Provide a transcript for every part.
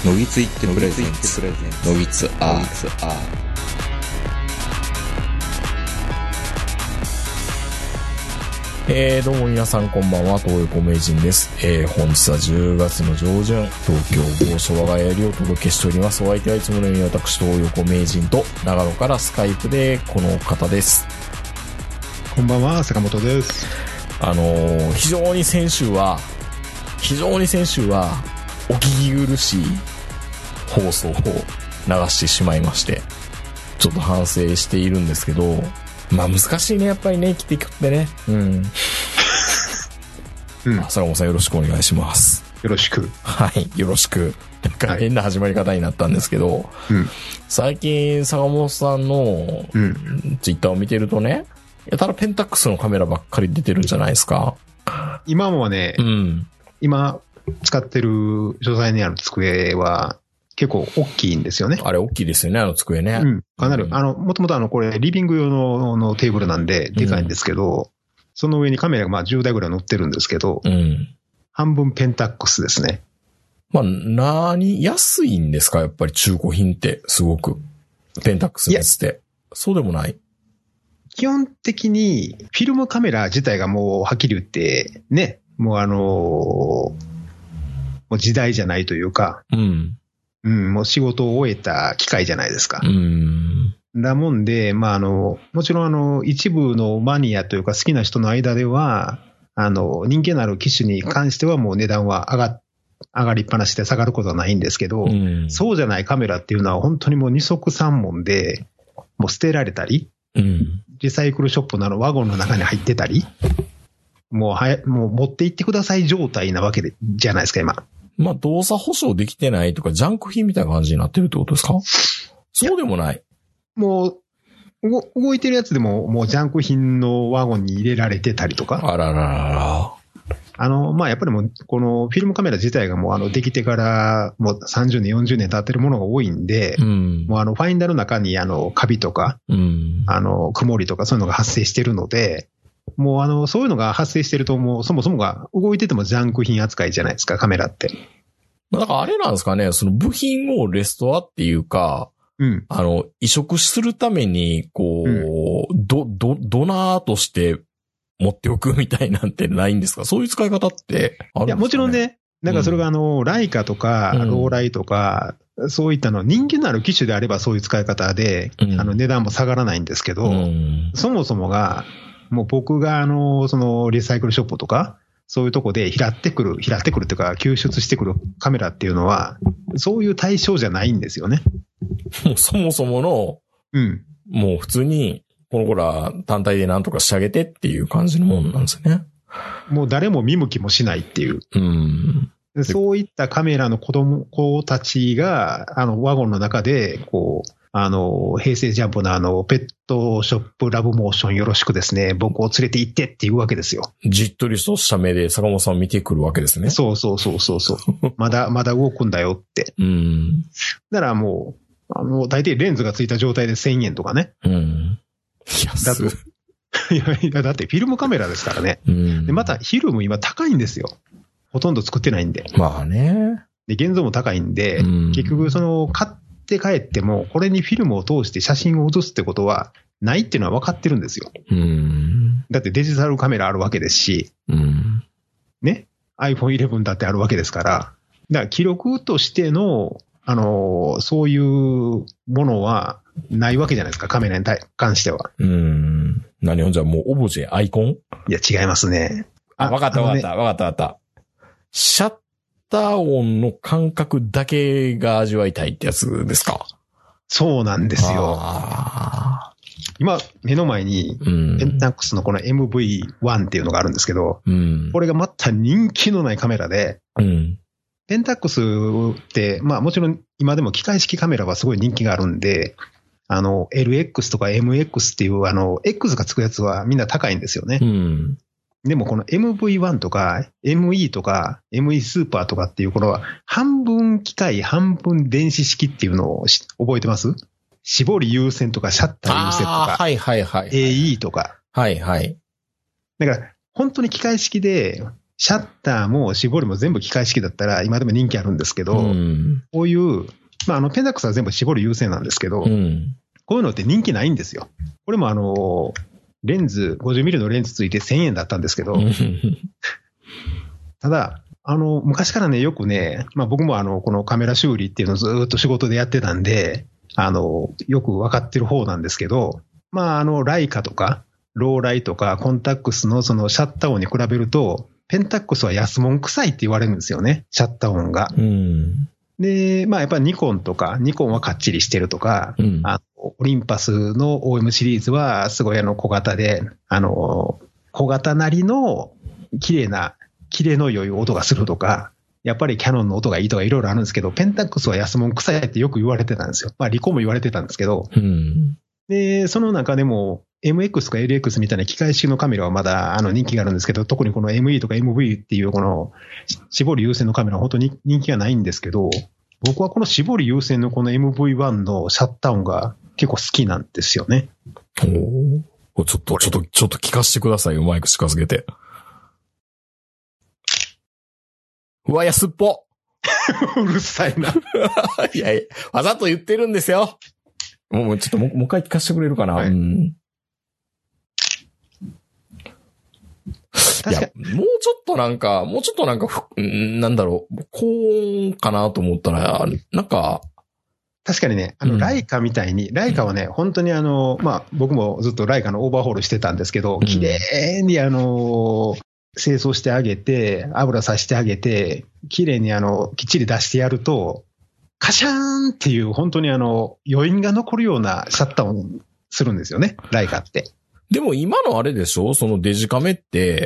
のぎついってプレゼンツのぎつアどうも皆さんこんばんは、東横名人です。本日は10月の上旬、東京某所我が家よりお届けしております。お相手はいつものように私、東横名人と長野からスカイプでこの方です。 こんばんは、坂本です。 非常に先週はお聞き苦しい放送を流してしまいまして、ちょっと反省しているんですけど、まあ難しいね、やっぱりね、生きていくってね。坂本さんよろしくお願いします。 よろしく。 はい、よろしく。なんか変な始まり方になったんですけど、最近坂本さんのツイッターを見てるとね、やたらペンタックスのカメラばっかり出てるんじゃないですか。 今もね、今使ってる書斎にある机は結構大きいんですよね。 あれ大きいですよね、あの机ね。 かなり、もともとこれリビング用のテーブルなんででかいんですけど、その上にカメラがまあ10台ぐらい乗ってるんですけど、半分ペンタックスですね。 まあ、安いんですか、やっぱり中古品ってすごく。ペンタックスのやつって。そうでもない？ 基本的にフィルムカメラ自体がもうはっきり言ってね、もう時代じゃないというか、もう仕事を終えた機械じゃないですか。だもんで、まあもちろん一部のマニアというか好きな人の間では、人気のある機種に関してはもう値段は上がりっぱなしで下がることはないんですけど、そうじゃないカメラっていうのは本当にもう二足三門で、もう捨てられたり、リサイクルショップのワゴンの中に入ってたり、もう持って行ってください状態なわけじゃないですか、今。 まあ、動作保証できてないとか、ジャンク品みたいな感じになってるってことですか？そうでもない。 もう、動いてるやつでも、もうジャンク品のワゴンに入れられてたりとか。 あらららら。 まあ、やっぱりもう、このフィルムカメラ自体がもうできてからもう30年、40年経ってるものが多いんで、もうファインダーの中にカビとか、曇りとかそういうのが発生してるので、もうそういうのが発生してるともうそもそもが動いててもジャンク品扱いじゃないですか、カメラって。 だからあれなんですかね、その部品をレストアっていうか、移植するために、こう、ドナーとして持っておくみたいなんてないんですか？そういう使い方ってあるんですかね？いや、 もちろんね、なんかそれがライカとか、ローライとか、そういった人気のある機種であればそういう使い方で、値段も下がらないんですけど、そもそもが、もう僕がそのリサイクルショップとか、そういうとこで拾ってくるっていうか、救出してくるカメラっていうのは、そういう対象じゃないんですよね。 もうそもそもの、もう普通に、この子ら単体でなんとか仕上げてっていう感じのもんなんですよね。 もう誰も見向きもしないっていう。そういったカメラの子たちが、ワゴンの中で、こう、平成ジャンプのペットショップラブモーションよろしくですね、僕を連れて行ってっていうわけですよ。 じっとりとした目で坂本さんを見てくるわけですね。 そう。まだ動くんだよって。だからもう、大体レンズがついた状態で1000円とかね。だってフィルムカメラですからね。で、またフィルム今高いんですよ。ほとんど作ってないんで。 まあね。 で、現像も高いんで、結局買って帰っても、これにフィルムを通して写真を写すってことはないっていうのは分かってるんですよ。だってデジタルカメラあるわけですし、ね、iPhone 11だってあるわけですから、だから記録としての、そういうものはないわけじゃないですか、カメラに関しては。 何をじゃあもうオブジェ、アイコン？ いや、違いますね。 わかった。シャッター音の感覚だけが味わいたいってやつですか？ そうなんですよ。今、目の前に、ペンタックスのこの MV1 っていうのがあるんですけど、これがまた人気のないカメラで、ペンタックスって、まあもちろん今でも機械式カメラはすごい人気があるんで、LX とか MX っていうX がつくやつはみんな高いんですよね。でもこの MV1 とか ME とか ME スーパーとかっていうこの半分機械半分電子式っていうのを覚えてます？絞り優先とかシャッター優先とか、AE とか。だから本当に機械式でシャッターも絞りも全部機械式だったら今でも人気あるんですけど、こういう、まあペンタックスは全部絞り優先なんですけど、こういうのって人気ないんですよ。これもレンズ、50mm のレンズついて1000円だったんですけど、ただ、昔からね、よくね、まあ僕もこのカメラ修理っていうのをずっと仕事でやってたんで、よくわかってる方なんですけど、まあライカとか、ローライとか、コンタックスのそのシャッター音に比べると、ペンタックスは安物臭いって言われるんですよね、シャッター音が。で、まあやっぱりニコンはかっちりしてるとか、オリンパスの OM シリーズはすごい小型で、小型なりの綺麗の良い音がするとか、やっぱりキャノンの音がいいとかいろいろあるんですけど、ペンタックスは安物臭いってよく言われてたんですよ。まあリコも言われてたんですけど、で、その中でも MX とか LX みたいな機械式のカメラはまだ人気があるんですけど、特にこの ME とか MV っていうこの絞り優先のカメラは本当に人気がないんですけど、僕はこの絞り優先のこの MV1 のシャッター音が結構好きなんですよね。 ちょっと聞かせてくださいよ、マイク近づけて。うわ、安っぽうるさいな。 いや、わざと言ってるんですよ。もうちょっともう一回聞かせてくれるかな、はい、いや、もうちょっとなんか、なんだろう、高音かなと思ったら、なんか、 確かにね、ライカみたいに、ライカはね、本当にまあ、僕もずっとライカのオーバーホールしてたんですけど、綺麗に清掃してあげて、油さしてあげて、綺麗にきっちり出してやると、カシャーンっていう本当に余韻が残るようなシャッターをするんですよね、ライカって。 でも今のあれでしょ、そのデジカメって、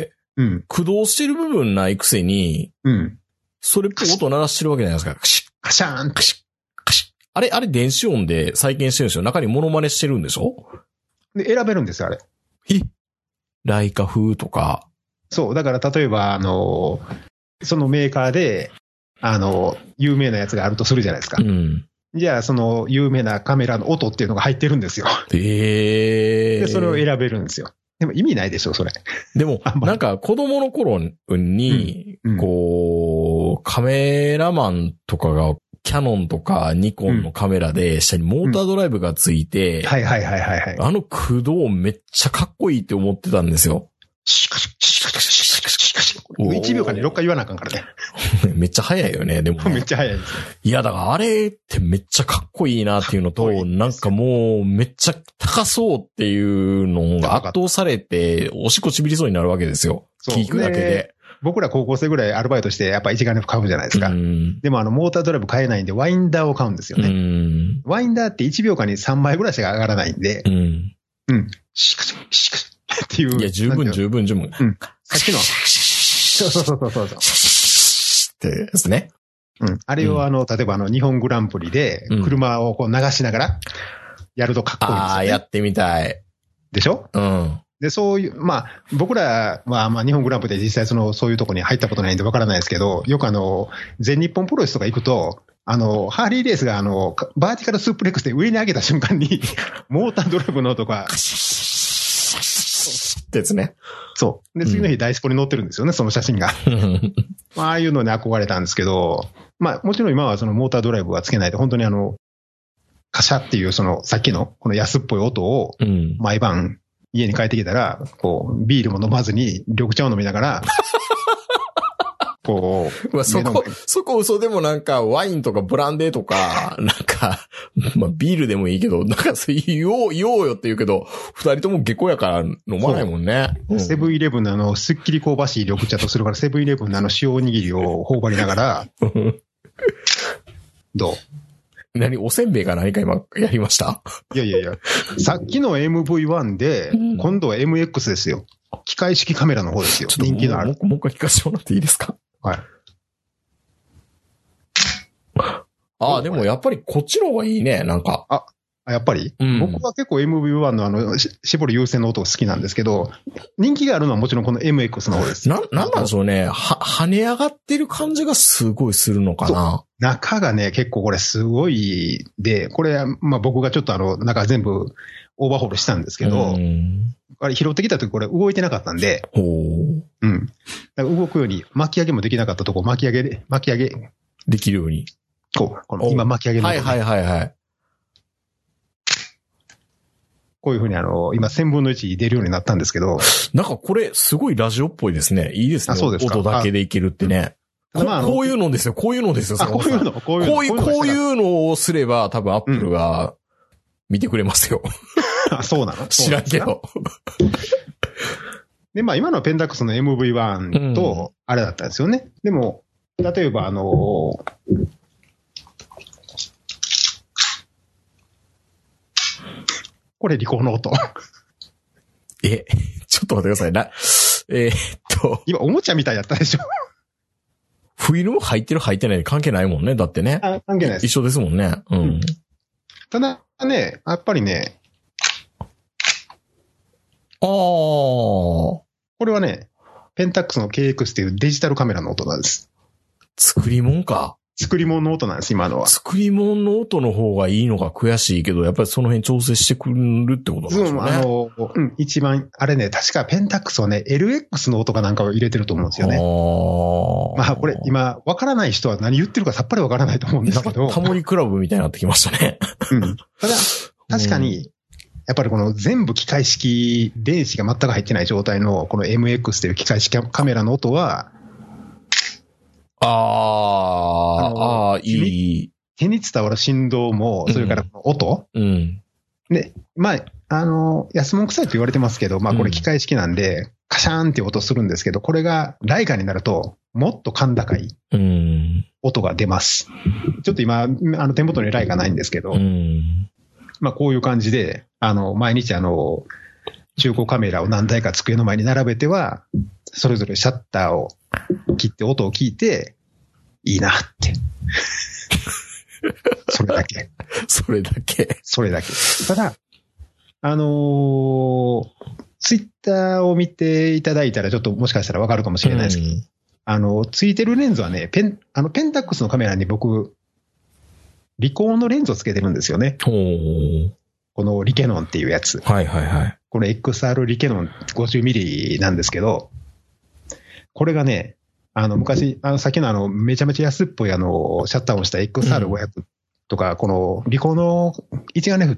駆動してる部分ないくせに、それっぽい音鳴らしてるわけじゃないですか。 カシャーンカシッカシッ。あれ電子音で再現してるんですよ。中にモノマネしてるんでしょ？ で、選べるんですよ、あれ。 ライカ風とか。 そう、だから例えば、そのメーカーで、有名なやつがあるとするじゃないですか。じゃあ、その有名なカメラの音っていうのが入ってるんですよ。で、それを選べるんですよ。でも意味ないでしょ、それ。 でも、なんか子供の頃に、こう、カメラマンとかが、キャノンとかニコンのカメラで下にモータードライブがついて、駆動めっちゃかっこいいって思ってたんですよ。 1秒間に6回言わなあかんからね。 めっちゃ早いよね、でも、ね。 めっちゃ早いです。 いや、だからあれってめっちゃかっこいいなっていうのと、なんかもうめっちゃ高そうっていうのが圧倒されて、おしっこちびりそうになるわけですよ。聞くだけで。 僕ら高校生ぐらいアルバイトしてやっぱ一眼レフ買うじゃないですか。でもモータードライブ買えないんでワインダーを買うんですよね。ワインダーって1秒間に3枚ぐらいしか上がらないんで、シカシカシカシカっていう。 いや、十分。さっきの、 そう。 ってですね。 あれを例えば日本グランプリで車をこう流しながらやるとかっこいいですよね。 ああ、やってみたい。 でしょ？で、そういう、まあ、僕らは、まあ、日本グランプリで実際そういうとこに入ったことないんでわからないですけど、よく全日本プロレスとか行くと、ハーリーレースがバーティカルスープレックスで上に上げた瞬間に、モータードライブの音が、 ですね。 そう。で、次の日ダイスポに載ってるんですよね、その写真が。まあ、ああいうのに憧れたんですけど、まあ、もちろん今はそのモータードライブはつけないで、本当にカシャっていうさっきのこの安っぽい音を、毎晩、家に帰ってきたら、こう、ビールも飲まずに、緑茶を飲みながら、こう、 そこ嘘でもなんか、ワインとかブランデーとか、なんか、まあ、ビールでもいいけど、なんか言おうよって言うけど、二人とも下戸やから飲まないもんね。 セブンイレブンのすっきり香ばしい緑茶とするから、セブンイレブンの塩おにぎりを頬張りながら、どう？ おせんべいか何か今やりました？ いや。さっきの MV1 で、今度は MX ですよ。機械式カメラの方ですよ。人気のある。 もう一回聞かせてもらっていいですか？ はい。 ああ、でもやっぱりこっちの方がいいね、なんか。 やっぱり、僕は結構 MV1 の絞り優先の音好きなんですけど、人気があるのはもちろんこの MX の方です。 なんでしょうね。跳ね上がってる感じがすごいするのかな。 中がね、結構これすごいで、これ、まあ僕がちょっと中全部オーバーホールしたんですけど、あれ拾ってきた時これ動いてなかったんで、だから動くように巻き上げもできなかったとこ巻き上げ。 できるように。 この今巻き上げの、 ね。はい。 こういうふうに今1000分の1出るようになったんですけど。 なんかこれすごいラジオっぽいですね。いいですね。 そうですか。 音だけでいけるってね。こういうのですよ。こういうのをすれば多分アップルが見てくれますよ。 そうなの？ 知らんけど。 で、まあ今のペンタックスの MV1 とあれだったんですよね。でも、例えばこれリコーの音。 ちょっと待ってくださいな。 今おもちゃみたいやったでしょ。 フィルム入ってる入ってない関係ないもんね。だってね。 関係ないです。 一緒ですもんね。 ただね、やっぱりね。 これはね、ペンタックスの KX っていうデジタルカメラの音なんです。 作り物か。 作り物の音なんです、今のは。 作り物の音の方がいいのが悔しいけど、やっぱりその辺調整してくるってことなんですよね。 一番、あれね、確かペンタックスはね、LX の音かなんかを入れてると思うんですよね。まあこれ、今、わからない人は何言ってるかさっぱりわからないと思うんですけど。 タモリクラブみたいになってきましたね。 ただ、確かに、やっぱりこの全部機械式、電子が全く入ってない状態の、この MX という機械式カメラの音は、いい。手に伝わる振動も、それから音、で、まあ、安物臭いと言われてますけど、まあこれ機械式なんで、カシャーンって音するんですけど、これがライガになると、もっと甲高い音が出ます。ちょっと今、手元にライガないんですけど、まあこういう感じで、毎日中古カメラを何台か机の前に並べては、それぞれシャッターを切って音を聞いて、いいなって。それだけ。ただ、ツイッターを見ていただいたらちょっともしかしたらわかるかもしれないですけど、ついてるレンズはね、ペンタックスのカメラに僕、リコーのレンズをつけてるんですよね。このリケノンっていうやつ。この XR リケノン 50mm なんですけど、これがね、昔、さっきのめちゃめちゃ安っぽいシャッターをした XR500 とか、このリコーの一眼レフって、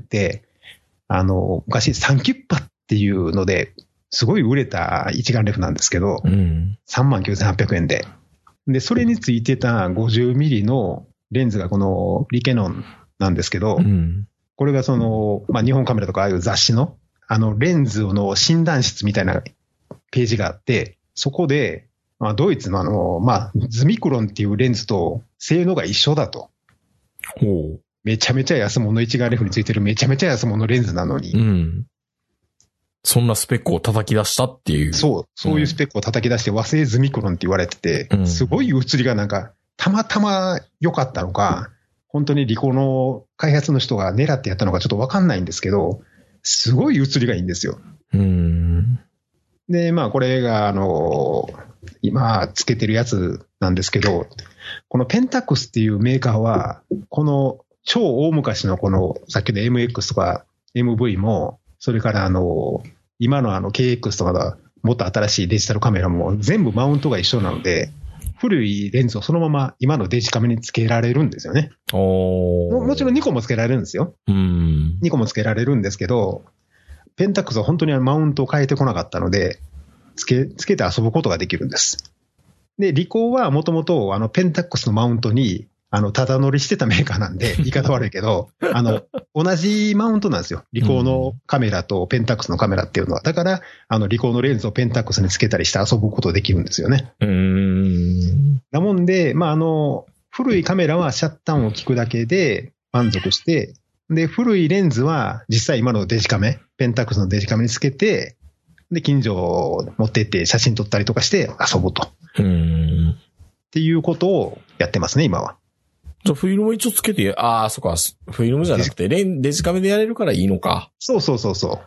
昔サンキュッパっていうので、すごい売れた一眼レフなんですけど、39,800円で。で、それについてた 50mm のレンズがこのリケノンなんですけど、これがまあ、日本カメラとかああいう雑誌の、レンズの診断室みたいなページがあって、そこで、まあ、ドイツのまあ、ズミクロンっていうレンズと性能が一緒だと。めちゃめちゃ安物一眼レフについてるめちゃめちゃ安物レンズなのに。 そんなスペックを叩き出したっていう。 そういうスペックを叩き出して和製ズミクロンって言われてて、すごい写りがなんか、たまたま良かったのか、本当にリコの開発の人が狙ってやったのかちょっとわかんないんですけど、すごい写りがいいんですよ。で、まあこれが今つけてるやつなんですけど、このペンタックスっていうメーカーは、この超大昔のこのさっきの MX とか MV も、それから今のKX とかがもっと新しいデジタルカメラも全部マウントが一緒なので、古いレンズをそのまま今のデジカメにつけられるんですよね。もちろん2個もつけられるんですよ。2個もつけられるんですけど、ペンタックスは本当にマウントを変えてこなかったので、つけて遊ぶことができるんです。で、リコーはもともとペンタックスのマウントにただ乗りしてたメーカーなんで、言い方悪いけど、同じマウントなんですよ。リコーのカメラとペンタックスのカメラっていうのは。だから、リコーのレンズをペンタックスにつけたりして遊ぶことができるんですよね。なもんで、まあ、古いカメラはシャッター音を聞くだけで満足して、で、古いレンズは実際今のデジカメ、ペンタックスのデジカメにつけて、で、近所持ってって写真撮ったりとかして遊ぶと。っていうことをやってますね、今は。 じゃあフィルム一応つけて、そっか、フィルムじゃなくて、デジカメでやれるからいいのか。 そうそうそうそう。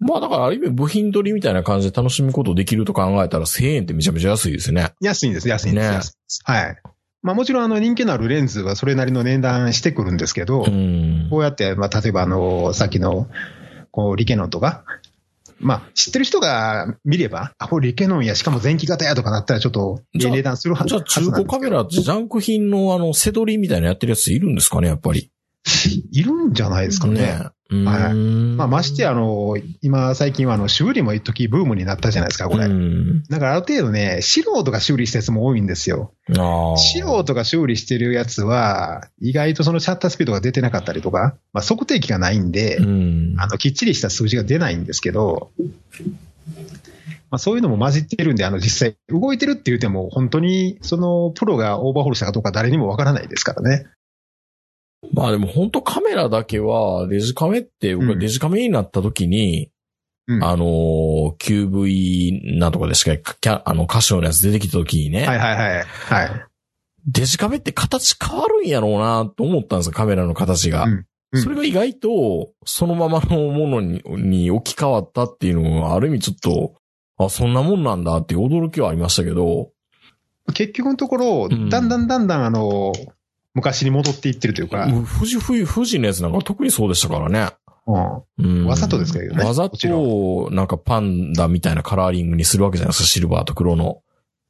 まあだからある意味部品取りみたいな感じで楽しむことできると考えたら1000円ってめちゃめちゃ安いですね。 安いんです、安いんです。ね、はい。まあもちろん人気のあるレンズはそれなりの値段してくるんですけど、こうやって、まあ例えばさっきの、リケノンとか、まあ知ってる人が見れば、これリケノンや、しかも前期型やとかなったらちょっと値段するはず。 じゃあ中古カメラってジャンク品の背取りみたいなやってるやついるんですかね、やっぱり。 いるんじゃないですかね。はい。まあ、まして今、最近は修理も一時ブームになったじゃないですか、これ。だからある程度ね、素人が修理したやつも多いんですよ。素人が修理してるやつは、意外とそのシャッタースピードが出てなかったりとか、まあ、測定器がないんで、きっちりした数字が出ないんですけど、まあ、そういうのも混じってるんで、実際動いてるって言っても、本当にそのプロがオーバーホールしたかどうか誰にもわからないですからね。 まあでも本当カメラだけは、デジカメって、僕はデジカメになった時に、QV なんとかでしか、カシオのやつ出てきた時にね。 はいはいはい。はい。 デジカメって形変わるんやろうなと思ったんですよ、カメラの形が。それが意外と、そのままのものに置き換わったっていうのは、ある意味ちょっと、そんなもんなんだっていう驚きはありましたけど。 結局のところ、だんだん昔に戻っていってるというか。 富士のやつなんか特にそうでしたからね。 わざとですけどね。 わざと、なんかパンダみたいなカラーリングにするわけじゃないですか、シルバーと黒の。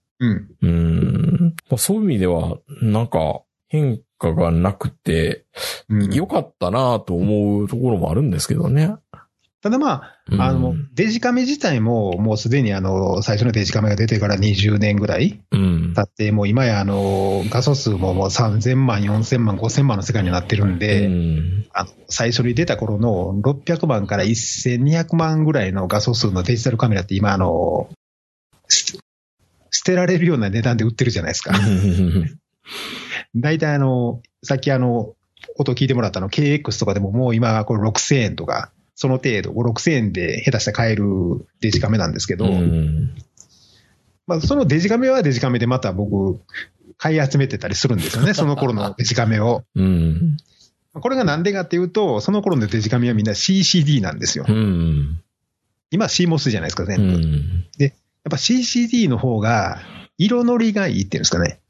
そういう意味では、なんか変化がなくて、良かったなと思うところもあるんですけどね。 ただまあ、デジカメ自体も、もうすでに最初のデジカメが出てから20年ぐらい経って、もう今や画素数ももう3000万、4000万、5000万の世界になってるんで、最初に出た頃の600万から1200万ぐらいの画素数のデジタルカメラって今捨てられるような値段で売ってるじゃないですか。大体さっき音聞いてもらったKX とかでももう今これ6000円とか、その程度、5、6000円で下手したら買えるデジカメなんですけど、まあ、そのデジカメはデジカメでまた僕、買い集めてたりするんですよね、その頃のデジカメを。これがなんでかっていうと、その頃のデジカメはみんな CCD なんですよ。今 CMOS じゃないですか、全部。で、やっぱ CCD の方が、色のりがいいっていうんですかね。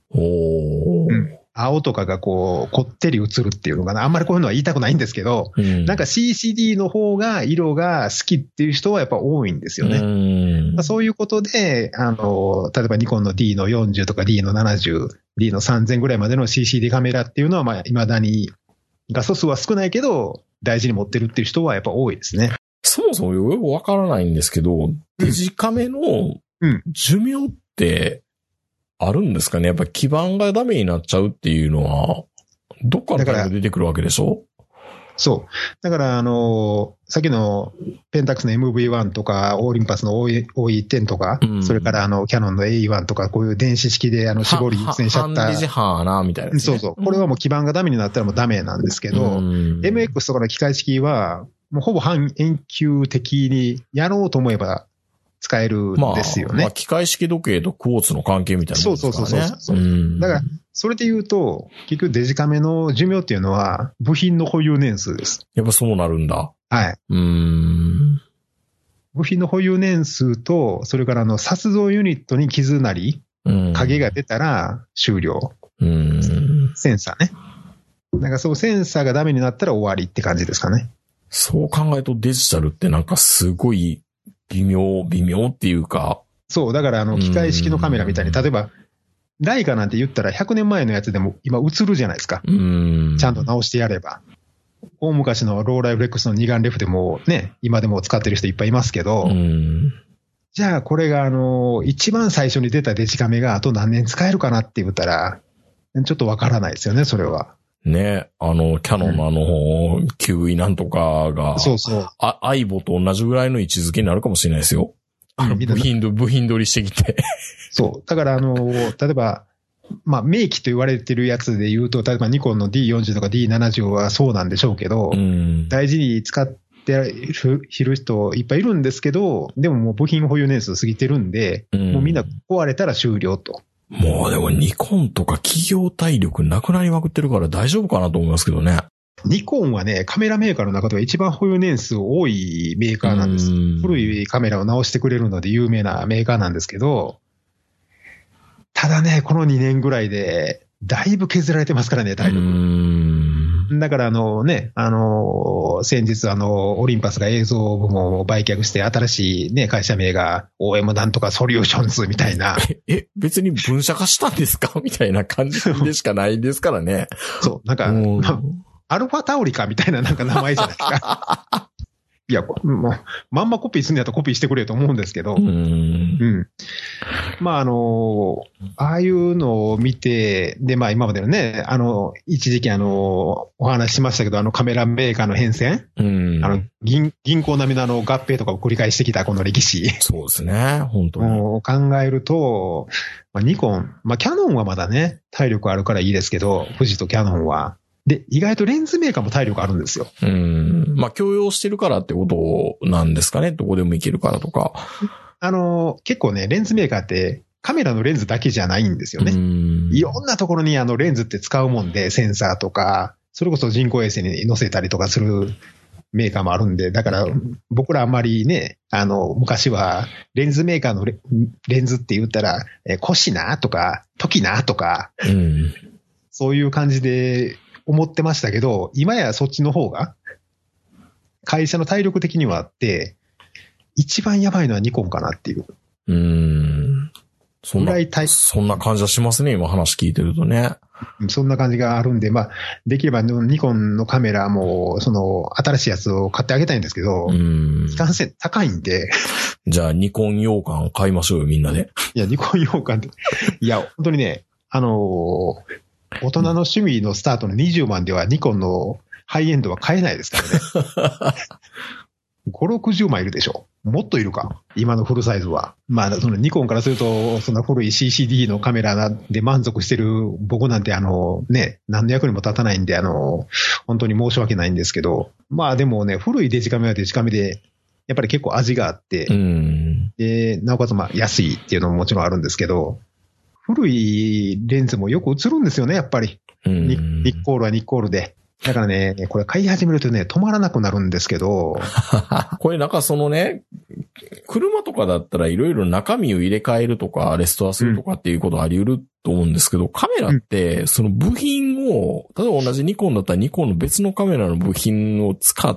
青とかがこってり映るっていうのかな。あんまりこういうのは言いたくないんですけど、なんか CCD の方が色が好きっていう人はやっぱ多いんですよね。そういうことで、例えばニコンの D の40とか D の70、D の3000ぐらいまでの CCD カメラっていうのは、まあ、未だに画素数は少ないけど、大事に持ってるっていう人はやっぱ多いですね。 そもそもよくわからないんですけど、デジカメの寿命って、あるんですかね。やっぱ基板がダメになっちゃうっていうのは、どっから出てくるわけでしょ？ そう。だから、さっきのペンタックスの MV1 とか、オーリンパスの OE10 とか、それからキャノンの AE1 とか、こういう電子式で絞り出演シャッター。 半デジハーな、みたいな、ね。 そうそう。これはもう基板がダメになったらもうダメなんですけど、MX とかの機械式は、もうほぼ半永久的にやろうと思えば、使えるんですよね。 まあ、機械式時計とクォーツの関係みたいなものですからね。 そう。だから、それで言うと、結局デジカメの寿命っていうのは、部品の保有年数です。 やっぱそうなるんだ。 はい。部品の保有年数と、それから撮像ユニットに傷なり、影が出たら終了。センサーね。なんかそうセンサーがダメになったら終わりって感じですかね。 そう考えるとデジタルってなんかすごい、微妙っていうか。 そう、だから機械式のカメラみたいに、例えば、ライカなんて言ったら100年前のやつでも今映るじゃないですか。ちゃんと直してやれば。大昔のローライフレックスの二眼レフでもね、今でも使ってる人いっぱいいますけど、じゃあこれが一番最初に出たデジカメがあと何年使えるかなって言ったら、ちょっとわからないですよね、それは。 ね、キャノンのQV なんとかが、 そうそう。 アイボと同じぐらいの位置づけになるかもしれないですよ。部品取りしてきて。そう。 だから例えば、まあ、名機と言われてるやつで言うと、例えばニコンの D40 とか D70 はそうなんでしょうけど、大事に使っている人いっぱいいるんですけど、でももう部品保有年数過ぎてるんで、もうみんな壊れたら終了と。 もうでもニコンとか企業体力なくなりまくってるから大丈夫かなと思いますけどね。 ニコンはね、カメラメーカーの中では一番保有年数多いメーカーなんです。古いカメラを直してくれるので有名なメーカーなんですけど、ただね、この2年ぐらいで、だいぶ削られてますからね、体力。だから先日オリンパスが映像部門を売却して、新しいね、会社名が OM なんとかソリューションズみたいな。 別に分社化したんですかみたいな感じでしかないですからね。 そう、なんか、アルファタオリカみたいななんか名前じゃないですか。いや、もう、まんまコピーすんのやったらコピーしてくれと思うんですけど。まあ、ああいうのを見て、で、まあ今までのね、一時期お話ししましたけど、カメラメーカーの変遷、銀行並みの合併とかを繰り返してきたこの歴史。 そうですね、本当に。 考えると、ニコン、キャノンはまだね、体力あるからいいですけど、富士とキャノンは、で、意外とレンズメーカーも体力あるんですよ。 強要してるからってことなんですかね。どこでもいけるからとか。 結構ね、レンズメーカーってカメラのレンズだけじゃないんですよね。いろんなところにレンズって使うもんで、センサーとか、それこそ人工衛星に載せたりとかするメーカーもあるんで、だから僕らあんまりね、昔はレンズメーカーのレンズって言ったら、コシナとか、トキナとか、そういう感じで、思ってましたけど、今やそっちの方が、会社の体力的にはあって、一番やばいのはニコンかなっていう。 そんな感じはしますね、今話聞いてるとね。 そんな感じがあるんで、できればニコンのカメラも、新しいやつを買ってあげたいんですけど、いかんせん高いんで。 じゃあ、ニコン羊羹買いましょうよ、みんなで。 いや、ニコン羊羹って、いや、本当にね、大人の趣味のスタートの20万ではニコンのハイエンドは買えないですからね。5、60万いるでしょ。もっといるか。今のフルサイズは。そのニコンからすると、そんな古い CCD のカメラで満足してる僕なんて何の役にも立たないんで、本当に申し訳ないんですけど。でもね、古いデジカメはデジカメで、やっぱり結構味があって、で、なおかつ安いっていうのももちろんあるんですけど、古いレンズもよく映るんですよね、やっぱり。ニッコールはニッコールで。だからね、これ買い始めるとね、止まらなくなるんですけど。 これなんか車とかだったらいろいろ中身を入れ替えるとか、レストアするとかっていうことあり得ると思うんですけど、カメラって、その部品を、例えば同じニコンだったらニコンの別のカメラの部品を使って、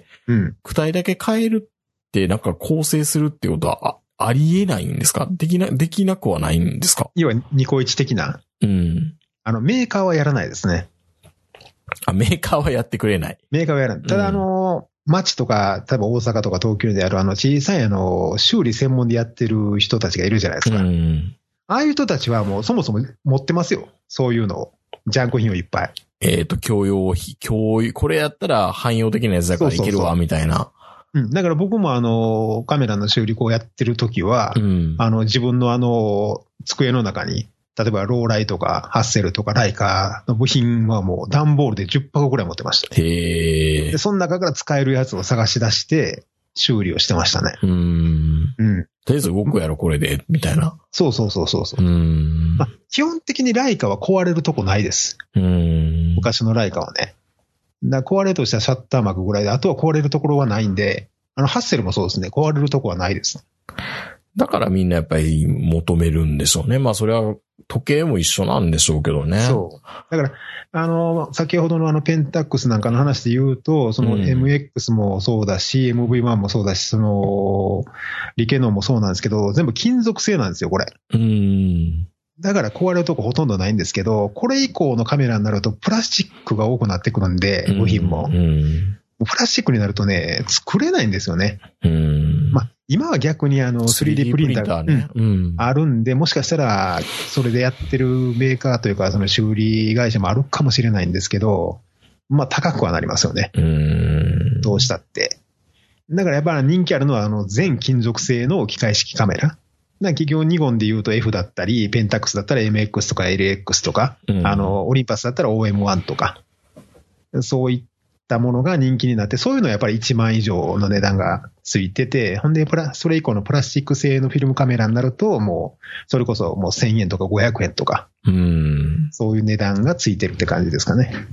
躯体だけ変えるってなんか構成するっていうことは、ありえないんですか？できなくはないんですか？ 要はニコイチ的な。メーカーはやらないですね。 メーカーはやってくれない。 メーカーはやらない。ただ町とか、例えば大阪とか東京である小さい修理専門でやってる人たちがいるじゃないですか。ああいう人たちはもうそもそも持ってますよ。そういうのを。ジャンク品をいっぱい。 共用費、これやったら汎用的なやつだからいけるわ、みたいな。 だから僕もカメラの修理をやってるときは、自分の机の中に、例えばローライとかハッセルとかライカの部品はもう段ボールで10箱ぐらい持ってました。で、その中から使えるやつを探し出して修理をしてましたね。 とりあえず動くやろ、これで、みたいな。 そう。基本的にライカは壊れるとこないです。昔のライカはね。壊れるとしたらシャッター幕ぐらいで、あとは壊れるところはないんで、ハッセルもそうですね。壊れるところはないです。 だからみんなやっぱり求めるんでしょうね。それは時計も一緒なんでしょうけどね。 そう。だから、先ほどのペンタックスなんかの話で言うと、その MX もそうだし、MV1 もそうだし、リケノンもそうなんですけど、全部金属製なんですよ、これ。だから壊れるとこほとんどないんですけど、これ以降のカメラになるとプラスチックが多くなってくるんで、部品も。プラスチックになるとね、作れないんですよね。今は逆に3D プリンターがあるんで、もしかしたらそれでやってるメーカーというか、その修理会社もあるかもしれないんですけど、高くはなりますよね。どうしたって。だからやっぱり人気あるのは全金属製の機械式カメラ。企業2号で言うと F だったり、ペンタックスだったら MX とか LX とか、オリンパスだったら OM1 とか、そういったたものが人気になって、そういうのはやっぱり1万以上の値段がついてて、ほんで、それ以降のプラスチック製のフィルムカメラになると、もう、それこそもう1000円とか500円とか、そういう値段がついてるって感じですかね。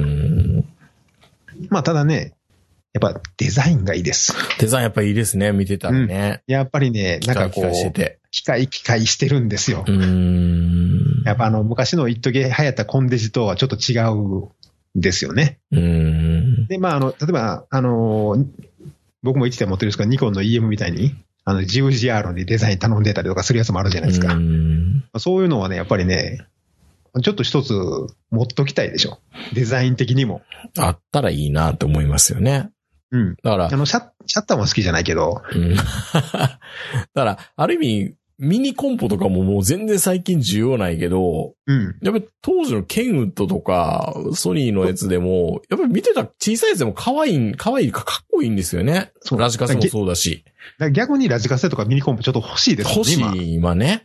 まあ、ただね、やっぱデザインがいいです。 デザインやっぱいいですね、見てたらね。 やっぱりね、なんかこう、機械してるんですよ。やっぱ昔の一時流行ったコンデジとはちょっと違うんですよね。で、まあ例えば、僕も一台持ってるんですけど、ニコンの EM みたいに、GVGR でデザイン頼んでたりとかするやつもあるじゃないですか。そういうのはね、やっぱりね、ちょっと一つ持っときたいでしょ。デザイン的にも。 あったらいいなと思いますよね。だから、 シャッターも好きじゃないけど。 だから、ある意味、ミニコンポとかももう全然最近需要ないけど、やっぱり当時のケンウッドとか、ソニーのやつでも、やっぱり見てた小さいやつでも可愛いかっこいいんですよね。ラジカセもそうだし。 逆にラジカセとかミニコンポちょっと欲しいですね。 欲しい、今ね。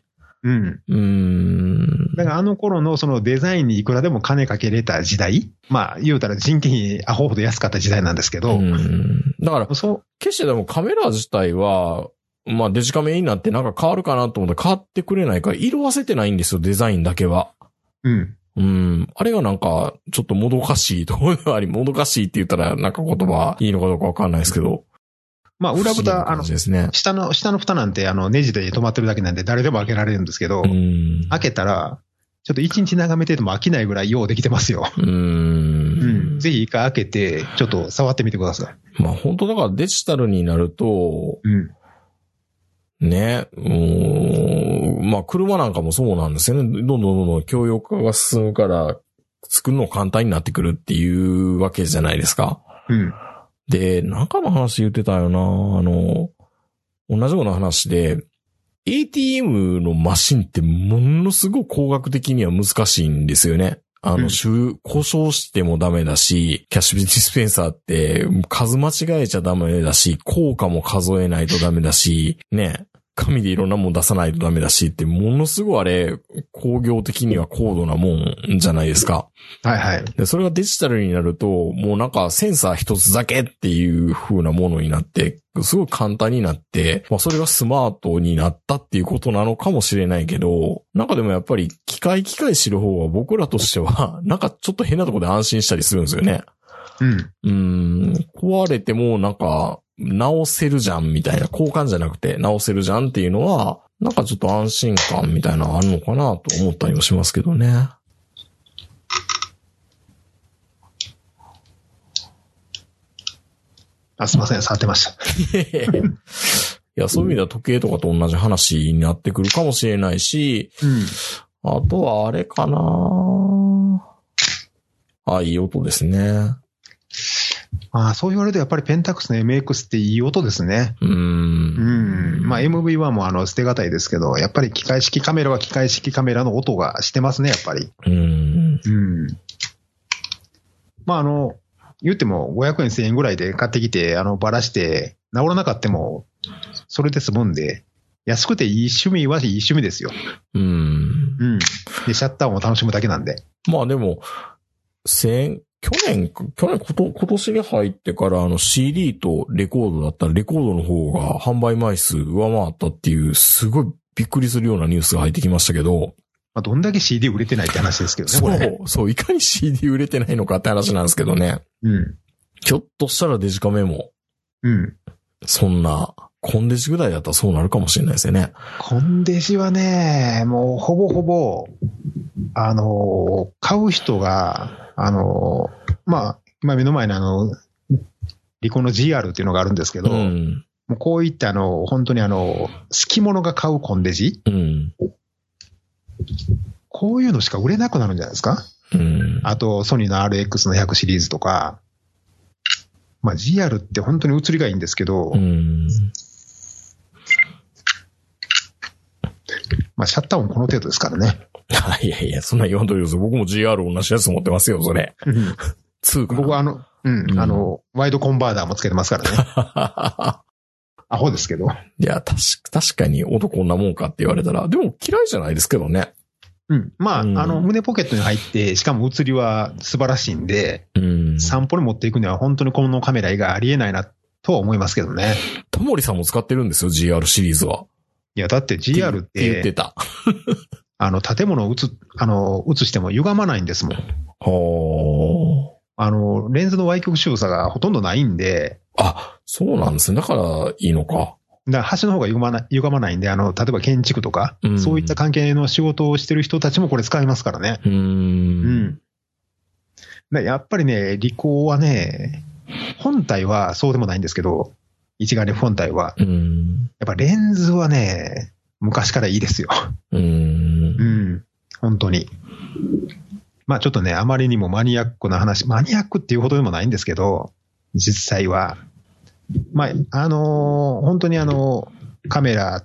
だからあの頃のそのデザインにいくらでも金かけれた時代、まあ言うたら人件費アホほど安かった時代なんですけど。 だから、決してでもカメラ自体は、まあデジカメになってなんか変わるかなと思って変わってくれないから色あせてないんですよ、デザインだけは。あれがなんかちょっともどかしいところではあり、もどかしいって言ったらなんか言葉いいのかどうかわかんないですけど。 まあ、裏蓋、下の蓋なんて、ネジで止まってるだけなんで誰でも開けられるんですけど、開けたら、ちょっと一日眺めてても飽きないぐらいようできてますよ。ぜひ一回開けて、ちょっと触ってみてください。まあ、本当だからデジタルになると、ね、まあ、車なんかもそうなんですよね。どんどん共用化が進むから、作るの簡単になってくるっていうわけじゃないですか。で、中の話言ってたよな。同じような話で、ATM のマシンってものすごく工学的には難しいんですよね。故障してもダメだし、キャッシュディスペンサーって数間違えちゃダメだし、効果も数えないとダメだし、ね。紙でいろんなもん出さないとダメだしって、ものすごいあれ、工業的には高度なもんじゃないですか。で、それがデジタルになると、もうなんかセンサー一つだけっていう風なものになって、すごい簡単になって、まあそれがスマートになったっていうことなのかもしれないけど、なんかでもやっぱり機械知る方は僕らとしては、なんかちょっと変なところで安心したりするんですよね。壊れてもなんか、直せるじゃんみたいな、交換じゃなくて直せるじゃんっていうのは、なんかちょっと安心感みたいなのあるのかなと思ったりもしますけどね。 すいません、触ってました。 いや、そういう意味では時計とかと同じ話になってくるかもしれないし、あとはあれかないい音ですね。 そう言われるとやっぱりペンタックスの MX っていい音ですね。まあ MV1 も捨てがたいですけど、やっぱり機械式カメラは機械式カメラの音がしてますね、やっぱり。まあ言っても500円1000円ぐらいで買ってきて、ばらして直らなかったも、それで済むんで、安くていい趣味はいい趣味ですよ。で、シャッターも楽しむだけなんで。 まあでも、去年、今年に入ってからCD とレコードだったらレコードの方が販売枚数上回ったっていうすごいびっくりするようなニュースが入ってきましたけど。 まあ、どんだけ CD 売れてないって話ですけどね、 そう、いかに CD 売れてないのかって話なんですけどね。ひょっとしたらデジカメも。そんな、コンデジぐらいだったらそうなるかもしれないですよね。 コンデジはね、もうほぼほぼ、買う人が、まあ、今目の前のリコの GR っていうのがあるんですけど、もうこういった本当に好き者が買うコンデジ、こういうのしか売れなくなるんじゃないですか。あと、ソニーの RX の100シリーズとか、まあ GR って本当に映りがいいんですけど、まあシャッター音この程度ですからね。 いや、そんな言わんといてください。僕も GR 同じやつ持ってますよ、それ。 僕はワイドコンバーターもつけてますからね。アホですけど。 いや、確かに音こんなもんかって言われたら、でも嫌いじゃないですけどね。 うん。まあ、胸ポケットに入って、しかも写りは素晴らしいんで、散歩に持っていくには本当にこのカメラ以外ありえないな、とは思いますけどね。 タモリさんも使ってるんですよ、GR シリーズは。 いや、だって GR って、 言ってた。 建物を写しても歪まないんですもん。レンズの歪曲周差がほとんどないんで。 あ、そうなんですね。だからいいのか。 だから橋の方が歪まないんで、例えば建築とか、そういった関係の仕事をしてる人たちもこれ使いますからね。やっぱりね、リコーはね、本体はそうでもないんですけど、一眼レフ本体は。やっぱレンズはね、昔からいいですよ。本当に。まあちょっとね、あまりにもマニアックな話、マニアックっていうほどでもないんですけど、実際は。まあ、本当にカメラって、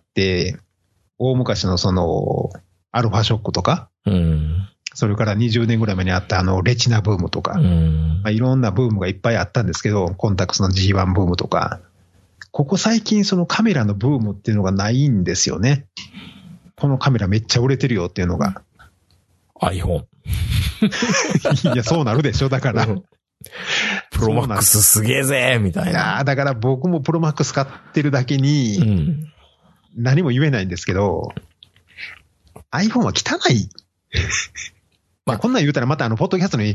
大昔のアルファショックとか、それから20年ぐらい前にあったレチナブームとか、まあ、いろんなブームがいっぱいあったんですけど、コンタクトの G1 ブームとか、ここ最近そのカメラのブームっていうのがないんですよね。このカメラめっちゃ売れてるよっていうのが。 iPhone。 いや、そうなるでしょ、だから。 プロマックスすげえぜみたいな。 いやだから僕もプロマックス買ってるだけに、何も言えないんですけど、iPhone は汚い。まあ、こんなん言うたらまたポッドキャストに、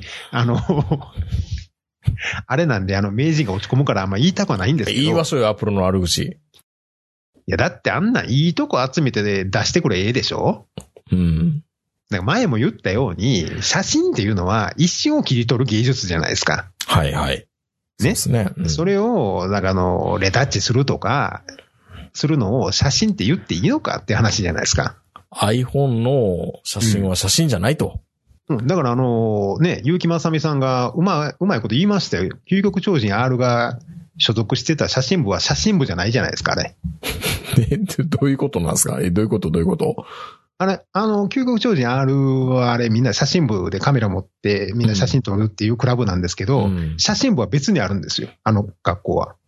あれなんで名人が落ち込むからあんま言いたくはないんですけど。 言いましょうよ、アプロの悪口。 いや、だってあんないいとこ集めて出してくれええでしょ？なんか前も言ったように、写真っていうのは一瞬を切り取る技術じゃないですか。 はいはい。ね。そうですね。 それを、なんかレタッチするとか、するのを写真って言っていいのかって話じゃないですか。 iPhone の写真は写真じゃないと。 だからね、結城正美さんがうまいこと言いましたよ。究極超人 R が所属してた写真部は写真部じゃないじゃないですか、あれ。 どういうことなんですか？どういうことあれ、究極超人 R はあれみんな写真部でカメラ持ってみんな写真撮るっていうクラブなんですけど、写真部は別にあるんですよ、学校は。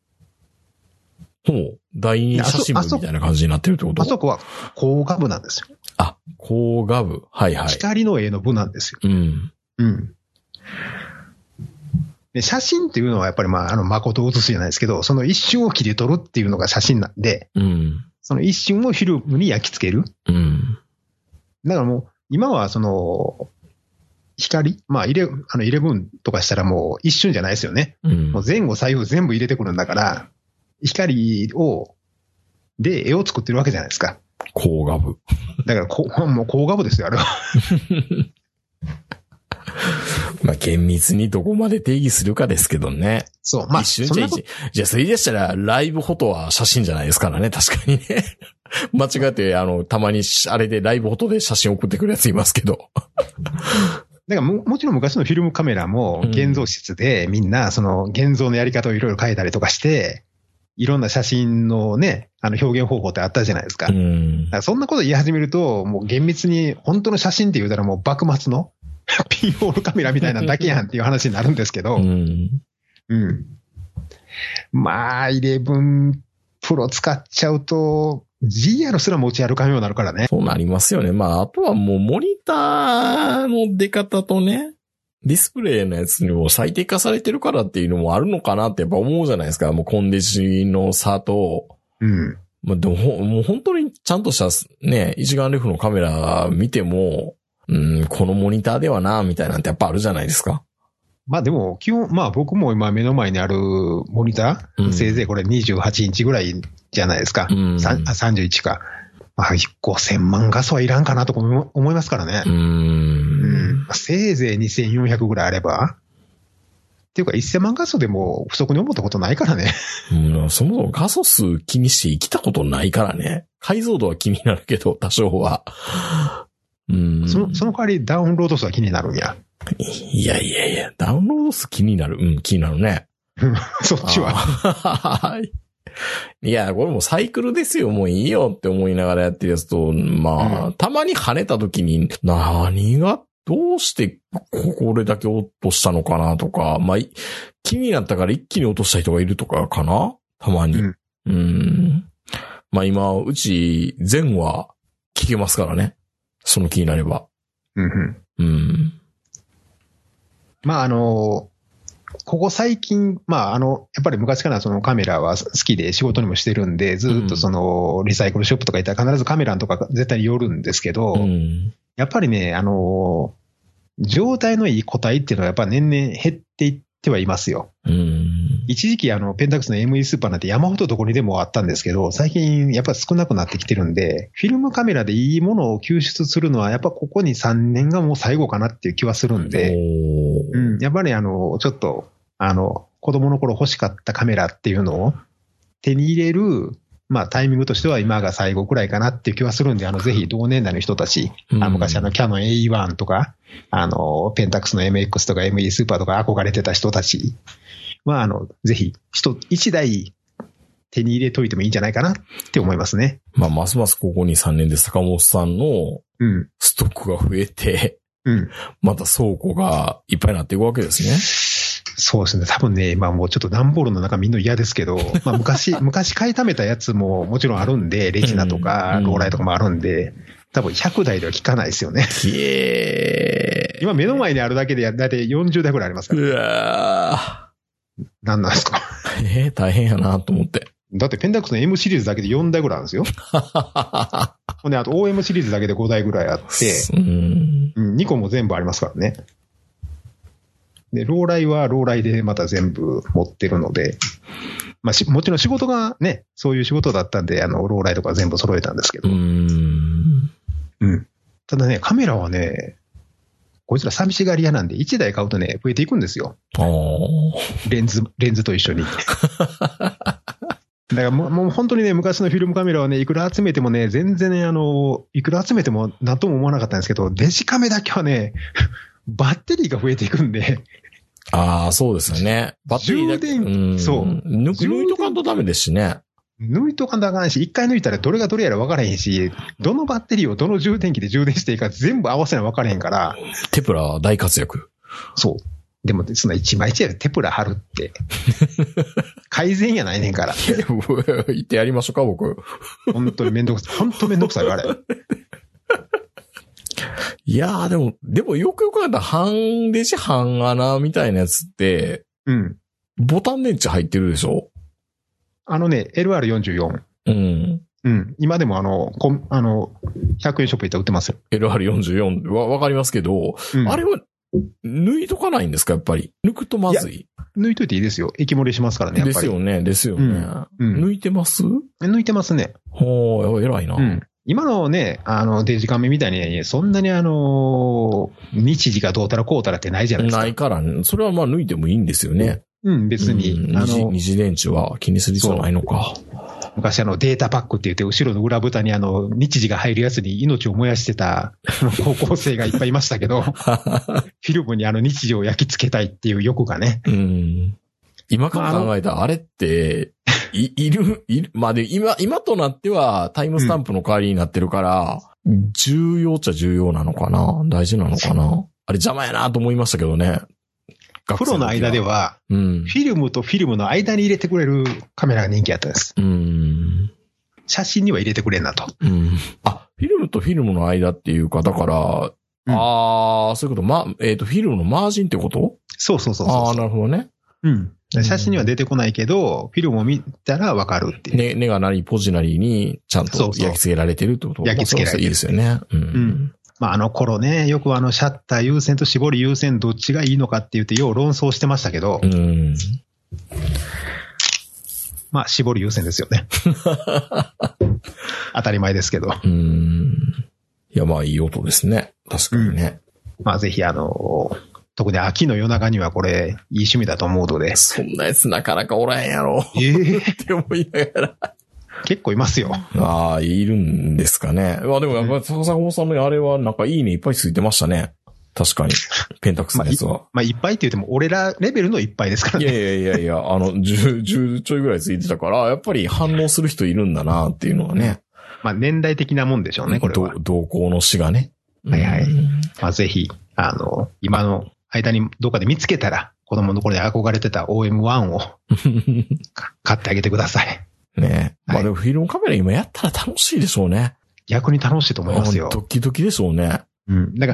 第二写真部みたいな感じになってるってこと？ あそこは工画部なんですよ。 あ、工画部。はいはい。 光の絵の部なんですよ。で写真っていうのはやっぱり誠を写すじゃないですけど、その一瞬を切り取るっていうのが写真なんで、その一瞬をフィルムに焼き付ける。だからもう、今は光11とかしたらもう一瞬じゃないですよね。もう前後左右全部入れてくるんだから、光で絵を作ってるわけじゃないですか。 工画部。 だからもう工画部ですよ、あれは。 まあ、厳密にどこまで定義するかですけどね。 そう。まあ、 一瞬じゃあ、それでしたら、ライブフォトは写真じゃないですからね、確かにね。間違って、たまに、あれでライブフォトで写真送ってくるやついますけど。 だからもちろん昔のフィルムカメラも現像室でみんなその現像のやり方をいろいろ変えたりとかして、いろんな写真のね、表現方法ってあったじゃないですか。だからそんなこと言い始めると、もう厳密に本当の写真って言うたらもう幕末のピンホールカメラみたいなだけやんっていう話になるんですけど、まあ、11プロ使っちゃうと、GR すら持ち歩かんようになるからね。 そうなりますよね。まあ、あとはもうモニターの出方とね、ディスプレイのやつにも最適化されてるからっていうのもあるのかなってやっぱ思うじゃないですか。もうコンデジの差と。まあ、でももう本当にちゃんとしたね、一眼レフのカメラ見ても、このモニターではな、みたいなんてやっぱあるじゃないですか。まあでも、基本、まあ僕も今目の前にあるモニター、せいぜいこれ28インチぐらいじゃないですか。31か。まあ5000万画素はいらんかなと思いますからね。せいぜい2400ぐらいあれば。っていうか1000万画素でも不足に思ったことないからね。 そもそも画素数気にして生きたことないからね。解像度は気になるけど、多少は。 その代わりダウンロード数は気になるんや。 いや、ダウンロード数気になる。気になるね。 そっちは。 いや、これもサイクルですよ。もういいよって思いながらやってるやつと、まあ、たまに跳ねた時に、何が、どうしてこれだけ落としたのかなとか、まあ、気になったから一気に落とした人がいるとかかな？たまに。まあ今、うち、全話聞けますからね。その気になれば。 まあここ最近、まあやっぱり昔からそのカメラは好きで仕事にもしてるんで、ずっとそのリサイクルショップとか行ったら必ずカメラとか絶対に寄るんですけど、やっぱりね、状態のいい個体っていうのはやっぱ年々減っていってはいますよ。一時期ペンタックスの ME スーパーなんて山ほどどこにでもあったんですけど、最近やっぱり少なくなってきてるんで、フィルムカメラでいいものを救出するのはやっぱここに3年がもう最後かなっていう気はするんで、やっぱりちょっと子供の頃欲しかったカメラっていうのを手に入れる、まあタイミングとしては今が最後くらいかなっていう気はするんで、ぜひ同年代の人たち、昔キャノン AE1 とか、ペンタックスの MX とか ME スーパーとか憧れてた人たちは、ぜひ一台手に入れといてもいいんじゃないかなって思いますね。 まあ、ますますここに3年で坂本さんのストックが増えて、また倉庫がいっぱいになっていくわけですね。 そうですね。多分ね、まあもうちょっと段ボールの中見るの嫌ですけど、まあ昔買い溜めたやつももちろんあるんで、レジナとかローライとかもあるんで、多分100台では効かないですよね。今目の前にあるだけでだいたい40台ぐらいありますから。 うわー。何なんですか大変やなと思って。 だってペンタックスの M シリーズだけで4台ぐらいあるんですよ。ほんで、あと OM シリーズだけで5台ぐらいあって、2個も全部ありますからね。で、ローライはローライでまた全部持ってるので、まあもちろん仕事がね、そういう仕事だったんで、ローライとか全部揃えたんですけど。ただね、カメラはね、こいつら寂しがり屋なんで、1台買うとね、増えていくんですよ。レンズと一緒に。だからもう本当にね、昔のフィルムカメラはね、いくら集めてもね、全然ね、いくら集めてもなんとも思わなかったんですけど、デジカメだけはね、バッテリーが増えていくんで。 ああ、そうですよね。バッテリーだけ。 充電、そう。 抜いとかんとダメですしね。 抜いとかんとあかんし、一回抜いたらどれがどれやら分からへんし、どのバッテリーをどの充電器で充電していいか全部合わせな分からへんから。 テプラ大活躍。 そう。でも、そんな一枚一枚テプラ貼るって。改善やないねんから。 言ってやりましょうか、僕。 本当にめんどくさい。本当めんどくさいよ、あれ。 いやー、でもよくよく考えたら半デジ半穴みたいなやつって、ボタン電池入ってるでしょ LR44。今でも100円ショップ行ったら売ってますよ。 LR44 はわかりますけど、あれは抜いとかないんですか、やっぱり。抜くとまずい。 抜いといていいですよ。液漏れしますからね、やっぱり。 ですよね。抜いてます？ 抜いてますね。 ほー、偉いな。 今のね、デジカメみたいに、そんなに日時がどうたらこうたらってないじゃないですか。 ないからね。それはまあ抜いてもいいんですよね。 別に。 二次電池は気にする必要ないのか。 昔データパックって言って、後ろの裏蓋に日時が入るやつに命を燃やしてた高校生がいっぱいいましたけど、フィルムに日時を焼き付けたいっていう欲がね。 今から考えたら、あれって、まあで、今となってはタイムスタンプの代わりになってるから、重要っちゃ重要なのかな？大事なのかな？あれ邪魔やなと思いましたけどね。 プロの間では、フィルムとフィルムの間に入れてくれるカメラが人気あったんです。写真には入れてくれんなと。 フィルムとフィルムの間っていうか、だから、そういうこと、フィルムのマージンってこと？ そう。 なるほどね。 写真には出てこないけど、フィルムを見たらわかるっていう。 根がなり、ポジなりにちゃんと焼き付けられてるってこと？ 焼き付けられてる。 いいですよね。 まあ頃ね、よくシャッター優先と絞り優先どっちがいいのかって言って、よう論争してましたけど、まあ絞り優先ですよね。当たり前ですけど。 いや、まあいい音ですね。確かにね。 まあぜひ特に秋の夜中にはこれ、いい趣味だと思うので。 そんなやつなかなかおらんやろ。って思いながら。 結構いますよ。 いるんですかね。でもやっぱり坂本さんのあれはなんかいいねいっぱいついてましたね。確かに。ペンタックスのやつは。 いっぱいって言っても俺らレベルのいっぱいですからね。 いや、10ちょいぐらいついてたから、やっぱり反応する人いるんだなっていうのはね。 年代的なもんでしょうね、これは。 同行の死がね。 ぜひ、今の間にどっかで見つけたら、子供の頃に憧れてた OM1 を買ってあげてください。 ねえ。まあでもフィルムカメラ今やったら楽しいでしょうね。 逆に楽しいと思いますよ。 ドキドキでしょうね。 うん。だから、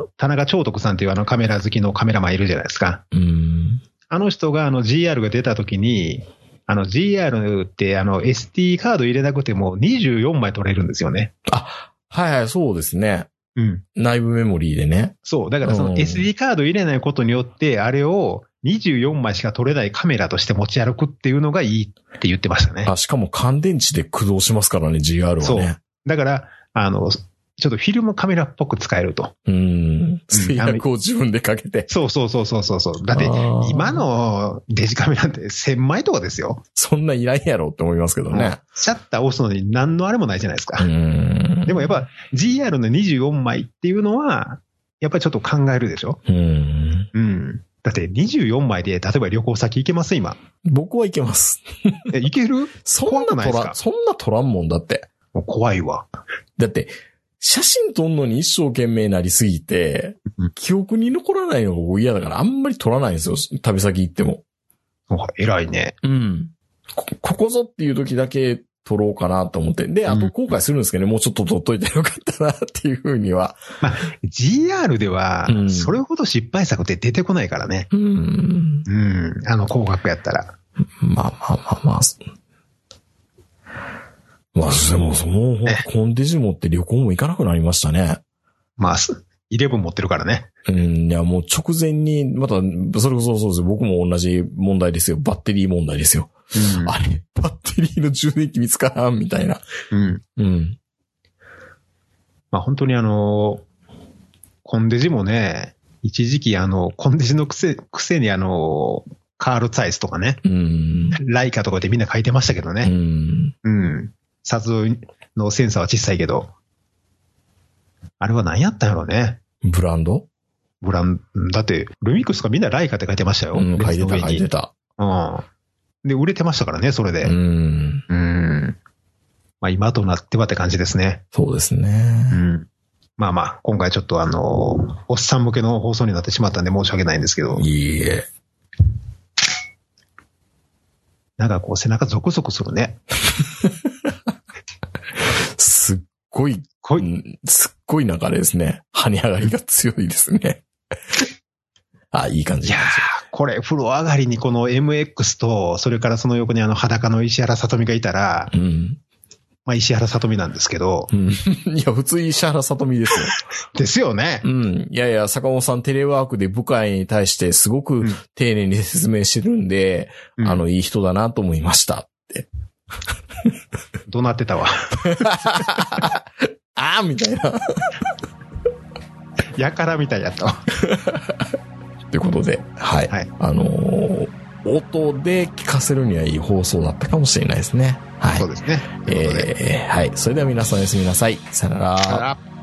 田中長徳さんっていうカメラ好きのカメラマンいるじゃないですか。あの人がGR が出た時に、GR って、SD カード入れなくても24枚取れるんですよね。 あ、はいはい、そうですね。 うん。 内部メモリーでね。 そう。だからその SD カード入れないことによって、あれを24枚しか取れないカメラとして持ち歩くっていうのがいいって言ってましたね。 あ、しかも乾電池で駆動しますからね、GR はね。そう。 だから、ちょっとフィルムカメラっぽく使えると。 制約を自分でかけて。 そう。だって、今のデジカメなんて1000枚とかですよ。 そんないらんやろって思いますけどね。 シャッター押すのに何のあれもないじゃないですか。でもやっぱ GR の24枚っていうのは、やっぱりちょっと考えるでしょ。だって24枚で、例えば旅行先行けます今。 僕は行けます。 行ける？ そんな取らんもんだって。 もう怖いわ。 だって、写真撮んのに一生懸命なりすぎて、記憶に残らないのが僕嫌だからあんまり撮らないんですよ。旅先行っても。 偉いね。 ここぞっていう時だけ撮ろうかなと思って。で、あと後悔するんですけどね、もうちょっと撮っといてよかったなっていうふうには。 まあ、GR では、それほど失敗作って出てこないからね。高額やったら。 まあ。まあ、でも、コンデジ持って旅行も行かなくなりましたね。 まあ、11持ってるからね。 いや、もう直前に、また、それこそそうですよ。僕も同じ問題ですよ。バッテリー問題ですよ。あれ、バッテリーの充電器見つからんみたいな。 まあ、本当にコンデジもね、一時期コンデジのくせにカール・ツァイスとかね。ライカとかでみんな書いてましたけどね。撮影のセンサーは小さいけど。あれは何やったんやろね。 ブランドだって、ルミックスがみんなライカって書いてましたよ。 書いてた。 で、売れてましたからね、それで。まあ今となってはって感じですね。 そうですね。 まあ、今回ちょっとおっさん向けの放送になってしまったんで申し訳ないんですけど。 いいえ。 なんか背中ゾクゾクするね。 すっごい流れですね。跳ね上がりが強いですね。いい感じ。 いやー、これ、風呂上がりにこの MX と、それからその横に裸の石原さとみがいたら、まあ、石原さとみなんですけど。 いや、普通石原さとみですよ。 ですよね。 いや、坂本さんテレワークで部下に対してすごく丁寧に説明してるんで、いい人だなと思いましたって。 怒鳴ってたわ。 みたいな。 やからみたいやったわ。 ということで、はい。音で聞かせるにはいい放送だったかもしれないですね。はい。 そうですね。 はい。それでは皆さんおやすみなさい。さよなら。